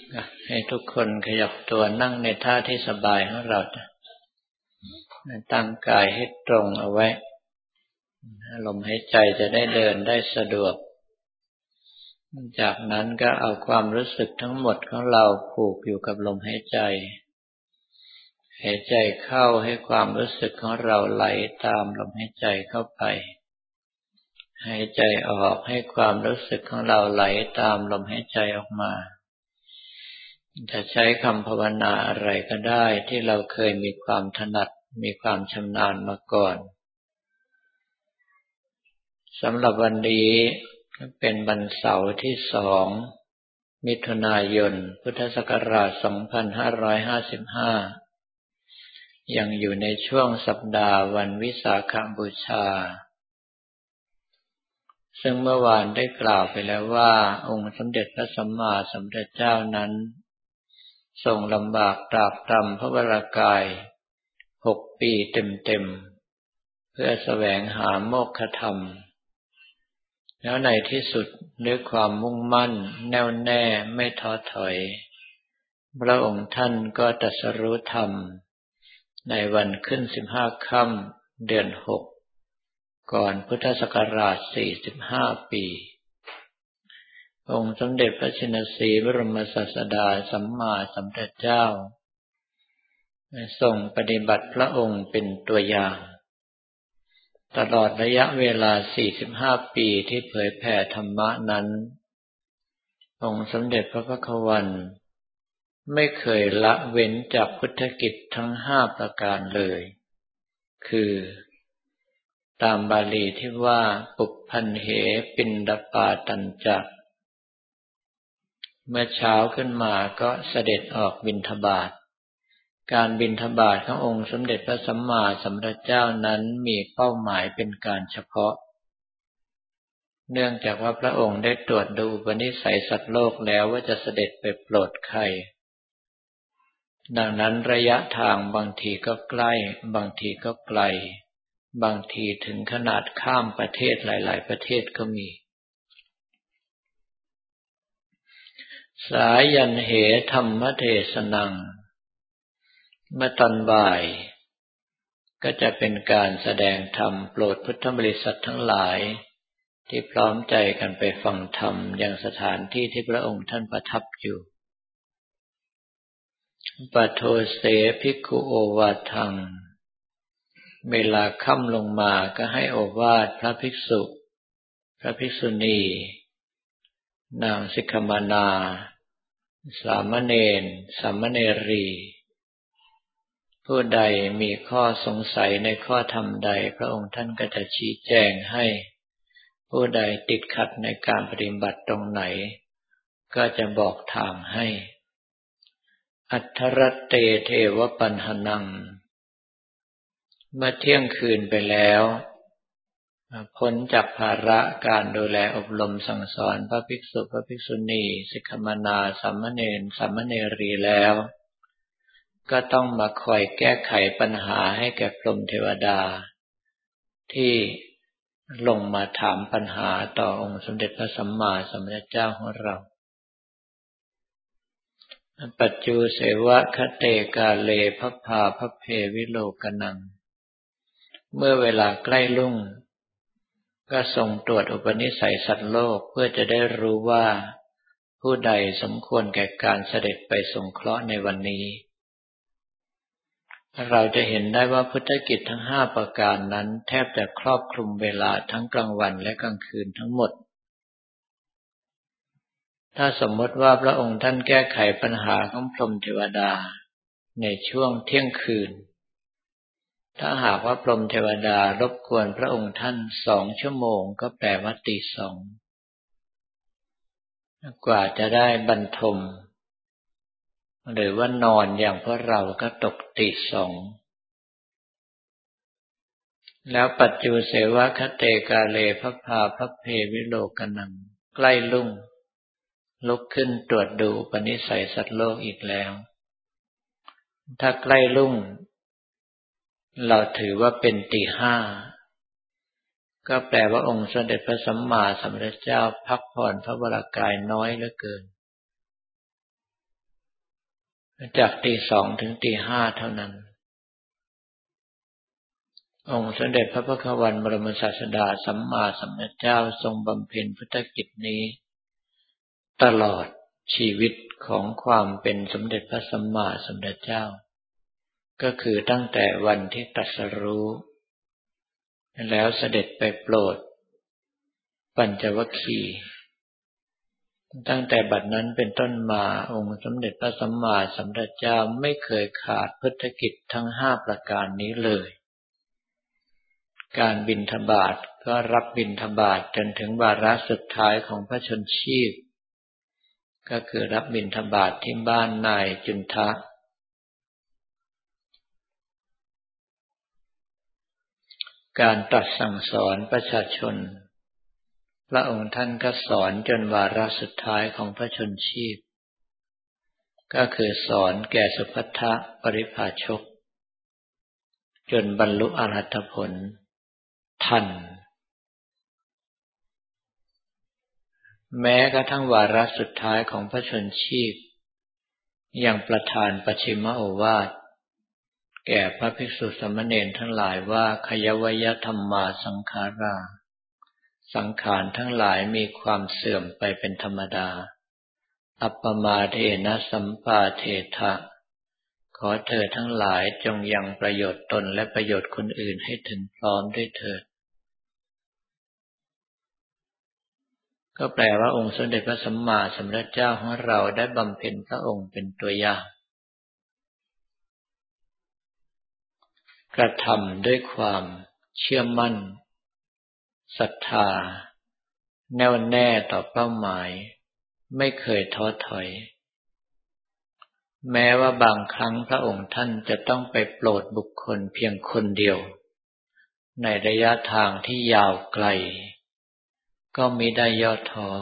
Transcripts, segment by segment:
ให้ทุกคนขยับตัวนั่งในท่าที่สบายของเราตั้งกายให้ตรงเอาไว้ลมหายใจจะได้เดินได้สะดวกจากนั้นก็เอาความรู้สึกทั้งหมดของเราผูกอยู่กับลมหายใจหายใจเข้าให้ความรู้สึกของเราไหลตามลมหายใจเข้าไปหายใจออกให้ความรู้สึกของเราไหลตามลมหายใจออกมาจะใช้คำภาวนาอะไรก็ได้ที่เราเคยมีความถนัดมีความชำนาญมาก่อนสำหรับวันนี้เป็นวันเสาร์ที่2มิถุนายนพุทธศักราช2555ยังอยู่ในช่วงสัปดาห์วันวิสาขบูชาซึ่งเมื่อวานได้กล่าวไปแล้วว่าองค์สมเด็จพระสัมมาสัมพุทธเจ้านั้นทรงลำบากตรากตรำพระวรากาย6 ปีเต็มๆเพื่อแสวงหาโมกขธรรมแล้วในที่สุดด้วยความมุ่งมั่นแน่วแน่ไม่ท้อถอยพระองค์ท่านก็ตรัสรู้ธรรมในวันขึ้น15 ค่ำเดือน6ก่อนพุทธศักราช45 ปีองค์สมเด็จพระชินสีห์บรมศาสดาสัมมาสัมพุทธเจ้าทรงปฏิบัติพระองค์เป็นตัวอย่างตลอดระยะเวลา45 ปีที่เผยแผ่ธรรมะนั้นองค์สมเด็จพระพักวันไม่เคยละเว้นจากพุทธกิจทั้ง5 ประการเลยคือตามบาลีที่ว่าปุพพันเหปินดปาตัญจะเมื่อเช้าขึ้นมาก็เสด็จออกบิณฑบาตการบิณฑบาตขององค์สมเด็จพระสัมมาสัมพุทธเจ้านั้นมีเป้าหมายเป็นการเฉพาะเนื่องจากว่าพระองค์ได้ตรวจดูอุปนิสัยสัตว์โลกแล้วว่าจะเสด็จไปโปรดใครดังนั้นระยะทางบางทีก็ใกล้บางทีก็ไกลบางทีถึงขนาดข้ามประเทศหลายๆประเทศก็มีสายันเหธรรมเทศนังเมื่อตอนบ่ายก็จะเป็นการแสดงธรรมโปรดพุทธบริษัททั้งหลายที่พร้อมใจกันไปฟังธรรมยังสถานที่ที่พระองค์ท่านประทับอยู่ปโทเสภิกขุโอวาทังเวลาค่ำลงมาก็ให้โอวาทพระภิกษุพระภิกษุณีนางสิกขมานาสามเณรสามเณรีผู้ใดมีข้อสงสัยในข้อธรรมใดพระองค์ท่านก็จะชี้แจงให้ผู้ใดติดขัดในการปฏิบัติตรงไหนก็จะบอกทางให้อัทธรเตเทวปัญหนังเมื่อเที่ยงคืนไปแล้วพ้นจากภาระการดูแลอบรมสั่งสอนพระภิกษุพระภิกษุณีสิกขมานาสามเณรสามเณรีแล้วก็ต้องมาคอยแก้ไขปัญหาให้แก่พรหมเทวดาที่ลงมาถามปัญหาต่อองค์สมเด็จพระสัมมาสัมพุทธเจ้าของเราปัจจุเสวะคเตกาเลภัพพาภัพเพวิโลกนังเมื่อเวลาใกล้รุ่งก็ทรงตรวจอุปนิสัยสัตว์โลกเพื่อจะได้รู้ว่าผู้ใดสมควรแก่การเสด็จไปสงเคราะห์ในวันนี้เราจะเห็นได้ว่าพุทธกิจทั้ง5 ประการนั้นแทบจะครอบคลุมเวลาทั้งกลางวันและกลางคืนทั้งหมดถ้าสมมติว่าพระองค์ท่านแก้ไขปัญหาของพรหมเทวดาในช่วงเที่ยงคืนถ้าหากว่าพรหมเทวดารบกวนพระองค์ท่าน2 ชั่วโมงก็แปลว่าตี 2กว่าจะได้บรรทมหรือว่านอนอย่างพวกเราก็ตกตี 2แล้วปัจจุเสวะคเตกาเลภัพพาภัพเพวิโลกนังใกล้รุ่งลุกขึ้นตรวจดูอุปนิสัยสัตว์โลกอีกแล้วถ้าใกล้รุ่งเราถือว่าเป็นตี 5ก็แปลว่าองค์สมเด็จพระสัมมาสัมพุทธเจ้าพักผ่อนพระวรากายน้อยเหลือเกินจากตี 2 ถึงตี 5เท่านั้นองค์สมเด็จพระพุทธวันบรมศาสดาสัมมาสัมพุทธเจ้าทรงบำเพ็ญพุทธกิจนี้ตลอดชีวิตของความเป็นสมเด็จพระสัมมาสัมพุทธเจ้าก็คือตั้งแต่วันที่ตรัสรู้แล้วเสด็จไปโปรดปัญจวัคคีย์ตั้งแต่บัดนั้นเป็นต้นมาองค์สมเด็จพระสัมมาสัมพุทธเจ้าไม่เคยขาดพุทธกิจทั้ง5ประการนี้เลยการบิณฑบาตก็รับบิณฑบาตจนถึงวาระสุดท้ายของพระชนชีพก็คือรับบิณฑบาตที่บ้านนายจุนทะการตรัสสั่งสอนประชาชนพระองค์ท่านก็สอนจนวาระสุดท้ายของพระชนชีพก็คือสอนแก่สุภัททปริภาชกจนบรรลุอรหัตผลทันแม้กระทั่งวาระสุดท้ายของพระชนชีพยังประทานปัจฉิมโอวาทแก่พระภิกษุสามเณรทั้งหลายว่าขยวยธัมมาสังขาราสังขารทั้งหลายมีความเสื่อมไปเป็นธรรมดาอัปปมาเทนะสัมปาเทถะขอเธอทั้งหลายจงยังประโยชน์ตนและประโยชน์คนอื่นให้ถึงพร้อมด้วยเถิดก็แปลว่าองค์สมเด็จพระสัมมาสัมพุทธเจ้าของเราได้บำเพ็ญพระองค์เป็นตัวอย่างกระทำด้วยความเชื่อมั่นศรัทธาแน่วแน่ต่อเป้าหมายไม่เคยท้อถอยแม้ว่าบางครั้งพระองค์ท่านจะต้องไปโปรดบุคคลเพียงคนเดียวในระยะทางที่ยาวไกลก็มิได้ย่อท้อ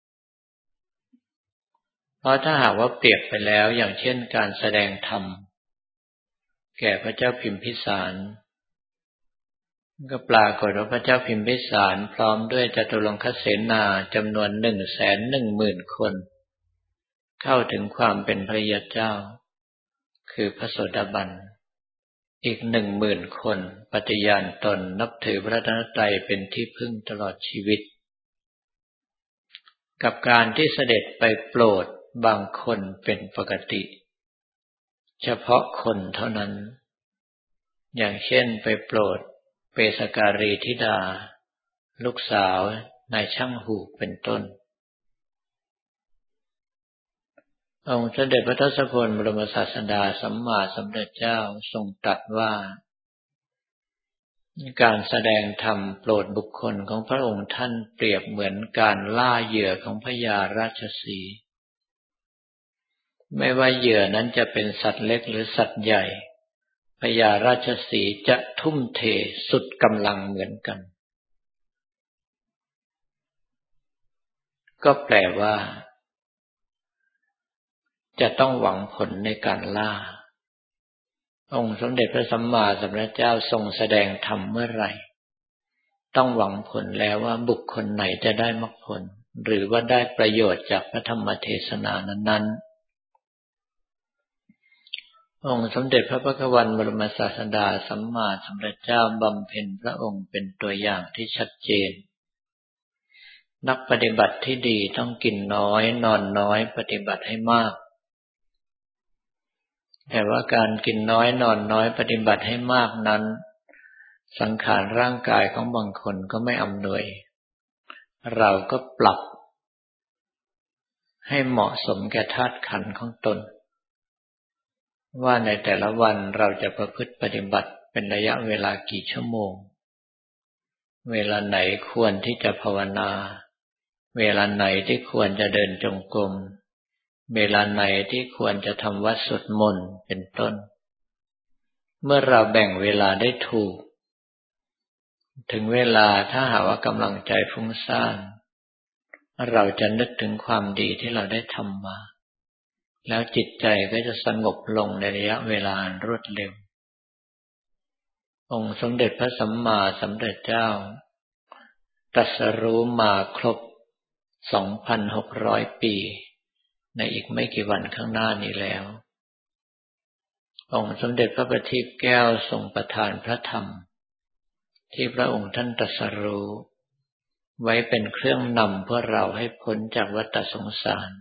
เพราะถ้าหากว่าเปรียบไปแล้วอย่างเช่นการแสดงธรรมแก่พระเจ้าพิมพิสารก็ปรากฏว่าพระเจ้าพิมพิสารพร้อมด้วยจตุรงคเสนาจำนวน 110,000 คนเข้าถึงความเป็นพระริยเจ้าคือพระโสดาบันอีก 10,000 คนปฏิญาณตนนับถือพระรัตนตรัยเป็นที่พึ่งตลอดชีวิตกับการที่เสด็จไปโปรดบางคนเป็นปกติเฉพาะคนเท่านั้นอย่างเช่นไปโปรดเปสการีธิดาลูกสาวนายช่างหูกเป็นต้นองค์สมเด็จพระทศพลบรมศาสดาสัมมาสัมพุทธเจ้าทรงตรัสว่าการแสดงธรรมโปรดบุคคลของพระองค์ท่านเปรียบเหมือนการล่าเหยื่อของพญาราชสีห์ไม่ว่าเหยื่อนั้นจะเป็นสัตว์เล็กหรือสัตว์ใหญ่พญาราชสีห์จะทุ่มเทสุดกำลังเหมือนกันก็แปลว่าจะต้องหวังผลในการล่าองค์สมเด็จพระสัมมาสัมพุทธเจ้าทรงแสดงธรรมเมื่อไหร่ต้องหวังผลแล้วว่าบุคคลไหนจะได้มรรคผลหรือว่าได้ประโยชน์จากพระธรรมเทศนานั้นๆองค์สมเด็จพระพุทธวันบรมศาสดาสัมมาสัมพุทธเจ้าบำเพ็ญพระองค์เป็นตัวอย่างที่ชัดเจนนักปฏิบัติที่ดีต้องกินน้อยนอนน้อยปฏิบัติให้มากแต่ว่าการกินน้อยนอนน้อยปฏิบัติให้มากนั้นสังขารร่างกายของบางคนก็ไม่อำนวยเราก็ปรับให้เหมาะสมแก่ธาตุขันธ์ของตนว่าในแต่ละวันเราจะประพฤติปฏิบัติเป็นระยะเวลากี่ชั่วโมงเวลาไหนควรที่จะภาวนาเวลาไหนที่ควรจะเดินจงกรมเวลาไหนที่ควรจะทำวัดสวดมนต์เป็นต้นเมื่อเราแบ่งเวลาได้ถูกถึงเวลาถ้าหากว่ากำลังใจฟุ้งซ่านเราจะนึกถึงความดีที่เราได้ทำมาแล้วจิตใจก็จะสงบลงในระยะเวลารวดเร็วองค์สมเด็จพระสัมมาสัมพุทธเจ้าตรัสรู้มาครบ 2,600 ปีในอีกไม่กี่วันข้างหน้านี้แล้วองค์สมเด็จพระบัณฑิตแก้วทรงประทานพระธรรมที่พระองค์ท่านตรัสรู้ไว้เป็นเครื่องนำพวกเราให้พ้นจากวัฏสงสาร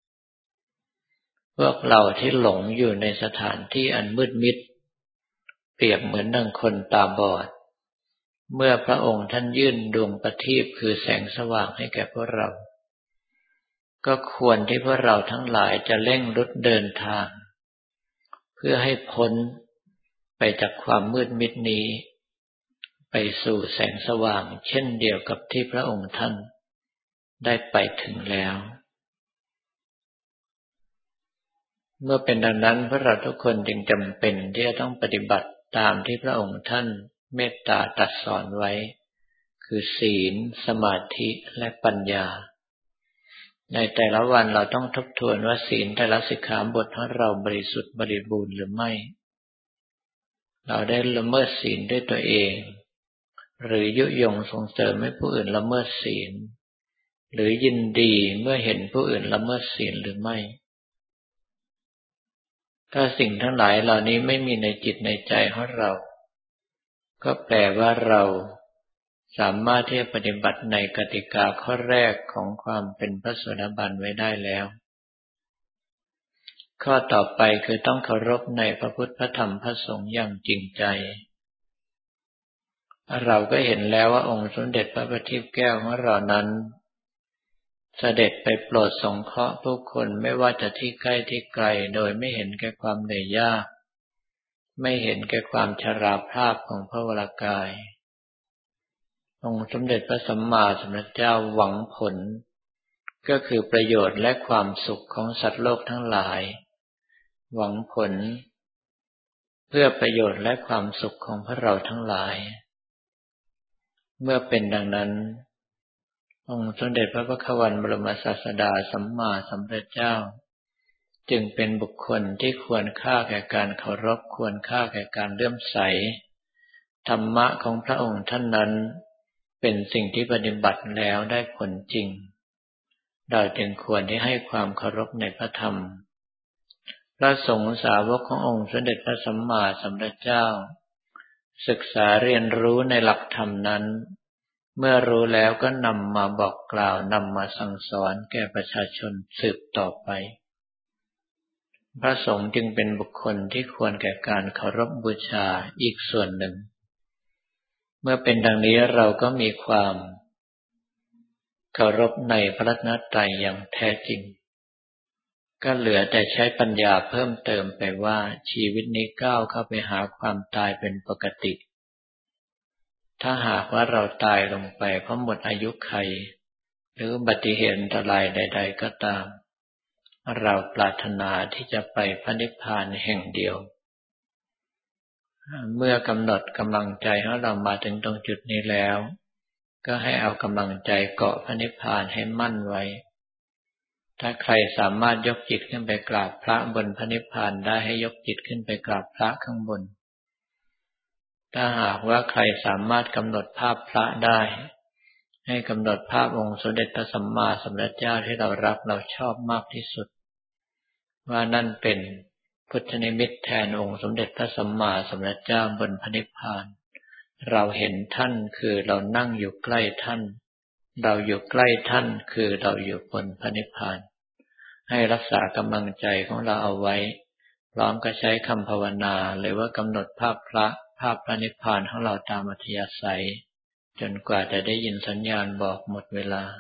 พวกเราที่หลงอยู่ในสถานที่อันมืดมิดเปรียบเหมือนดังคนตาบอดเมื่อพระองค์ท่านยื่นดวงประทีปคือแสงสว่างให้แก่พวกเราก็ควรที่พวกเราทั้งหลายจะเร่งรุดเดินทางเพื่อให้พ้นไปจากความมืดมิดนี้ไปสู่แสงสว่างเช่นเดียวกับที่พระองค์ท่านได้ไปถึงแล้วเมื่อเป็นดังนั้นพวกเราทุกคนจึงจำเป็นที่จะต้องปฏิบัติตามที่พระองค์ท่านเมตตาตรัสสอนไว้คือศีลสมาธิและปัญญาในแต่ละวันเราต้องทบทวนว่าศีลแต่ละสิกขาบทของเราบริสุทธิ์บริบูรณ์หรือไม่เราได้ละเมิดศีลด้วยตัวเองหรือยุยงส่งเสริมให้ผู้อื่นละเมิดศีลหรือยินดีเมื่อเห็นผู้อื่นละเมิดศีลหรือไม่ถ้าสิ่งทั้งหลายเหล่านี้ไม่มีในจิตในใจของเราก็แปลว่าเราสามารถที่จะปฏิบัติในกติกาข้อแรกของความเป็นพระโสดาบันไว้ได้แล้วข้อต่อไปคือต้องเคารพในพระพุทธพระธรรมพระสงฆ์อย่างจริงใจเราก็เห็นแล้วว่าองค์สมเด็จพระบัณฑิตแก้วของเรานั้นเสด็จไปโปรดสงเคราะห์ผู้คนไม่ว่าจะที่ใกล้ที่ไกลโดยไม่เห็นแก่ความเหนื่อยยากไม่เห็นแก่ความชราภาพของพระวรากายองค์สมเด็จพระสัมมาสัมพุทธเจ้าหวังผลก็คือประโยชน์และความสุขของสัตว์โลกทั้งหลายหวังผลเพื่อประโยชน์และความสุขของพวกเราทั้งหลายเมื่อเป็นดังนั้นองค์สมเด็จพระพักวันบรมศาสดาสัมมาสัมพุทธเจ้าจึงเป็นบุคคลที่ควรค่าแก่การเคารพควรค่าแก่การเลื่อมใสธรรมะของพระองค์ท่านนั้นเป็นสิ่งที่ปฏิบัติแล้วได้ผลจริงเราจึงควรที่ให้ความเคารพในพระธรรมพระสงฆ์สาวกขององค์สมเด็จพระสัมมาสัมพุทธเจ้าศึกษาเรียนรู้ในหลักธรรมนั้นเมื่อรู้แล้วก็นำมาบอกกล่าวนำมาสั่งสอนแก่ประชาชนสืบต่อไปพระสงฆ์จึงเป็นบุคคลที่ควรแก่การเคารพบูชาอีกส่วนหนึ่งเมื่อเป็นดังนี้เราก็มีความเคารพในพระรัตนตรัยอย่างแท้จริงก็เหลือแต่ใช้ปัญญาเพิ่มเติมไปว่าชีวิตนี้ก้าวเข้าไปหาความตายเป็นปกติถ้าหากว่าเราตายลงไปเพราะหมดอายุขัยหรืออุบัติเหตุอันตรายใดๆก็ตามเราปรารถนาที่จะไปพระนิพพานแห่งเดียวเมื่อกำหนดกำลังใจของเรามาถึงตรงจุดนี้แล้วก็ให้เอากำลังใจเกาะพระนิพพานให้มั่นไว้ถ้าใครสามารถยกจิตขึ้นไปกราบพระบนพระนิพพานได้ให้ยกจิตขึ้นไปกราบพระข้างบนถ้าหากว่าใครสามารถกำหนดภาพพระได้ให้กำหนดภาพองค์สมเด็จพระสัมมาสัมพุทธเจ้าที่เรารักเราชอบมากที่สุดว่านั่นเป็นพุทธนิมิตแทนองค์สมเด็จพระสัมมาสัมพุทธเจ้าบนพระนิพพานเราเห็นท่านคือเรานั่งอยู่ใกล้ท่านเราอยู่ใกล้ท่านคือเราอยู่บนพระนิพพานให้รักษากำลังใจของเราเอาไว้พร้อมกับใช้คำภาวนาหรือว่ากำหนดภาพพระนิพพานของเราตามอัธยาศัยจนกว่าจะได้ยินสัญญาณบอกหมดเวลา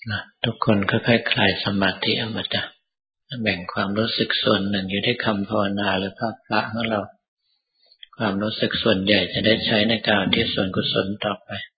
นะทุกคนค่อยๆคลายสมาธิออกมาจ้ะแบ่งความรู้สึกส่วนหนึ่งอยู่ที่คำภาวนาหรือภาพพระของเราความรู้สึกส่วนใหญ่จะได้ใช้ในการที่ส่วนกุศลต่อไป